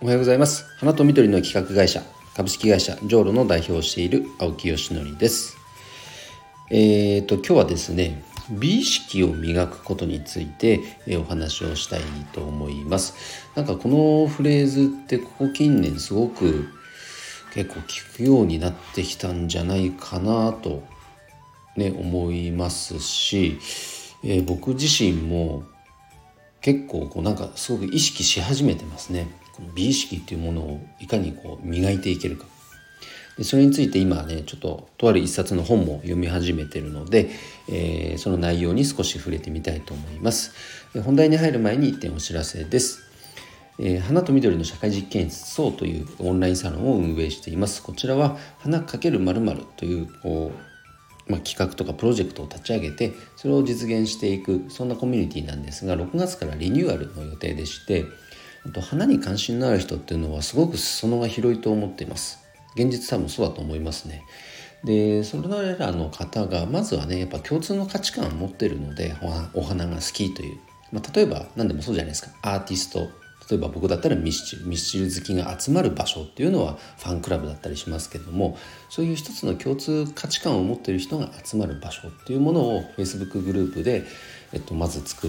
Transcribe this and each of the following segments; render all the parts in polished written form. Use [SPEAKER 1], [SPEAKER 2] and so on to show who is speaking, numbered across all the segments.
[SPEAKER 1] おはようございます。花と緑の企画会社株式会社ジョーロの代表をしている青木よしのりです。今日はですね、美意識を磨くことについてお話をしたいと思います。なんかこのフレーズってここ近年すごく結構聞くようになってきたんじゃないかなと思いますし、僕自身も結構なんかすごく意識し始めてますね。この美意識っていうものをいかに磨いていけるか。でそれについて今ちょっととある一冊の本も読み始めているので、その内容に少し触れてみたいと思います。本題に入る前に一点お知らせです。花と緑の社会実験室そうというオンラインサロンを運営しています。こちらは花×○○という企画とかプロジェクトを立ち上げてそれを実現していく、そんなコミュニティなんですが、6月からリニューアルの予定でして、花に関心のある人っていうのはすごく裾野が広いと思っています。現実多分そうだと思いますね。でそれらの方がまずはやっぱ共通の価値観を持っているので、お花が好きという、例えば何でもそうじゃないですか。アーティスト、例えば僕だったらミスチル好きが集まる場所っていうのはファンクラブだったりしますけども、そういう一つの共通価値観を持っている人が集まる場所っていうものを Facebook グループで、まず作って、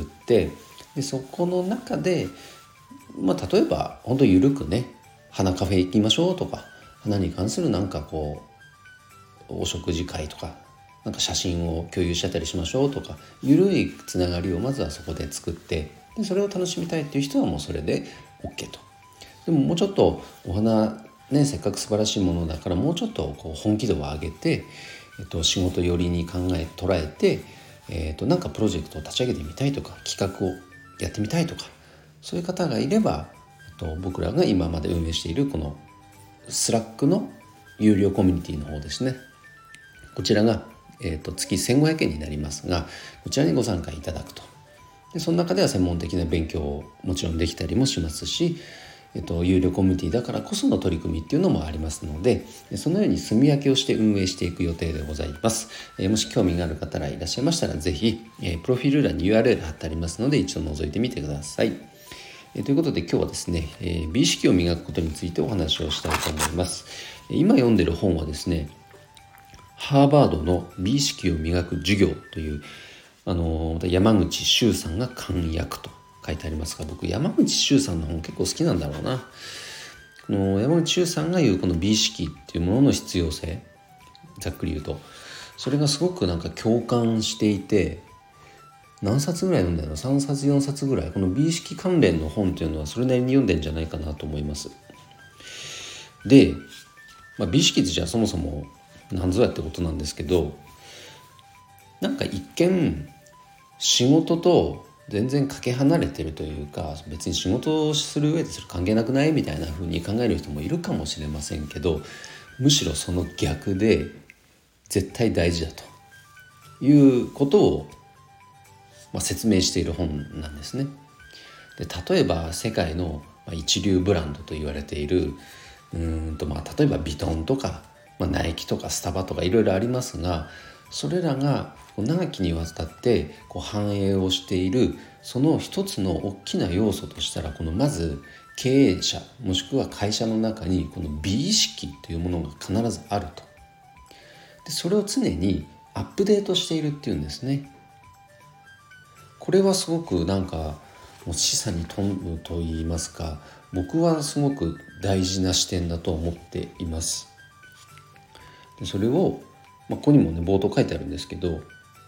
[SPEAKER 1] でそこの中で、例えば本当に緩く花カフェ行きましょうとか、花に関するお食事会とか写真を共有しちゃったりしましょうとか、緩いつながりをまずはそこで作って、でそれを楽しみたいっていう人はもうそれで OK と。でももうちょっとお花せっかく素晴らしいものだからもうちょっと本気度を上げて、仕事寄りに捉えて、プロジェクトを立ち上げてみたいとか、企画をやってみたいとか、そういう方がいれば、僕らが今まで運営しているこのスラックの有料コミュニティの方ですね、こちらが、月1500円になりますが、こちらにご参加いただくと。でその中では専門的な勉強をもちろんできたりもしますし、有料コミュニティだからこその取り組みっていうのもありますので、そのように住み分けをして運営していく予定でございます。もし興味がある方がいらっしゃいましたら、ぜひ、プロフィール欄に URL 貼ってありますので一度覗いてみてください。ということで今日はですね、美意識を磨くことについてお話をしたいと思います。今読んでる本はですね、ハーバードの美意識を磨く授業という山口周さんが簡約と書いてありますが、僕山口周さんの本結構好きなんだろうな。山口周さんが言うこの美意識っていうものの必要性、ざっくり言うとそれがすごく共感していて、何冊ぐらい読んだの3冊4冊ぐらいこの美意識関連の本っていうのはそれなりに読んでんじゃないかなと思います。で、美意識ってじゃあそもそも何ぞやってことなんですけど、一見仕事と全然かけ離れてるというか、別に仕事をする上でそれ関係なくないみたいな風に考える人もいるかもしれませんけど、むしろその逆で絶対大事だということを、説明している本なんですね。で例えば世界の一流ブランドと言われている例えばヴィトンとか、ナイキとかスタバとかいろいろありますが、それらが長きにわたって繁栄をしているその一つの大きな要素としたら、まず経営者もしくは会社の中にこの美意識というものが必ずあると。でそれを常にアップデートしているっていうんですね。これはすごくもう示唆に富むと言いますか、僕はすごく大事な視点だと思っています。でそれを、ここにも冒頭書いてあるんですけど、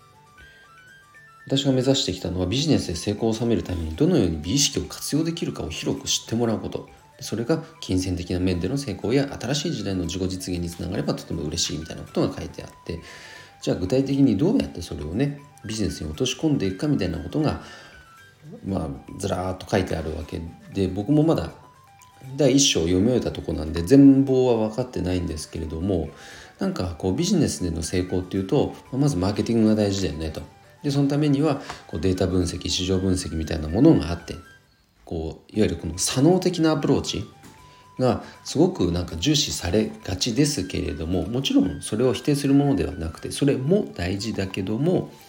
[SPEAKER 1] 私が目指してきたのはビジネスで成功を収めるためにどのように美意識を活用できるかを広く知ってもらうこと。それが金銭的な面での成功や新しい時代の自己実現につながればとても嬉しいみたいなことが書いてあって、じゃあ具体的にどうやってそれをビジネスに落とし込んでいくかみたいなことがずらーっと書いてあるわけで、僕もまだ第一章を読み終えたところなんで全貌は分かってないんですけれども、ビジネスでの成功っていうと、まずマーケティングが大事だよねと。でそのためにはデータ分析、市場分析みたいなものがあって、いわゆるこの左脳的なアプローチがすごく重視されがちですけれども、もちろんそれを否定するものではなくて、それも大事だけども、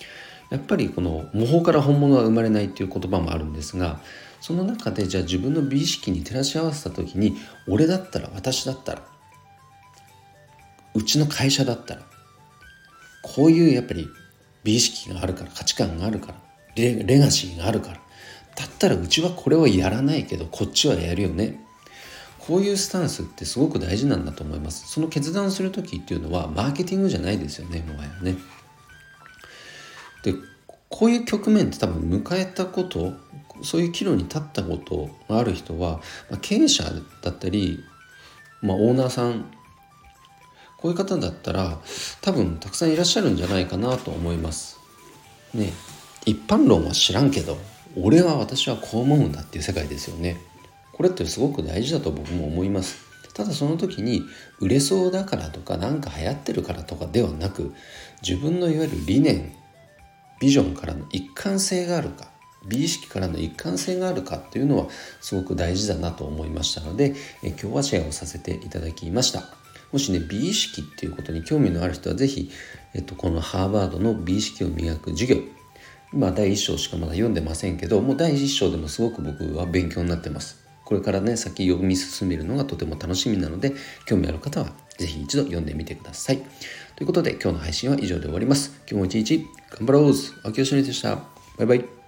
[SPEAKER 1] やっぱりこの模倣から本物は生まれないっていう言葉もあるんですが、その中でじゃあ自分の美意識に照らし合わせた時に、俺だったら、私だったら、うちの会社だったら、こういうやっぱり美意識があるから、価値観があるから、レガシーがあるから、だったらうちはこれはやらないけどこっちはやるよね。こういうスタンスってすごく大事なんだと思います。その決断をする時っていうのはマーケティングじゃないですよね、もはやね。で、こういう局面って多分迎えたこと、そういう岐路に立ったことがある人は、経営者だったり、オーナーさん、こういう方だったら多分たくさんいらっしゃるんじゃないかなと思いますね。一般論は知らんけど、私はこう思うんだっていう世界ですよね。これってすごく大事だと僕も思います。ただその時に売れそうだからとか、なんか流行ってるからとかではなく、自分のいわゆる理念、ビジョンからの一貫性があるか、美意識からの一貫性があるかっていうのはすごく大事だなと思いましたので、今日はシェアをさせていただきました。もしね、美意識っていうことに興味のある人はぜひ、このハーバードの美意識を磨く授業、今第1章しかまだ読んでませんけど、もう第1章でもすごく僕は勉強になってます。これからね、先読み進めるのがとても楽しみなので、興味ある方はぜひ一度読んでみてください。ということで今日の配信は以上で終わります。今日も一日頑張ろう。秋吉典でした。バイバイ。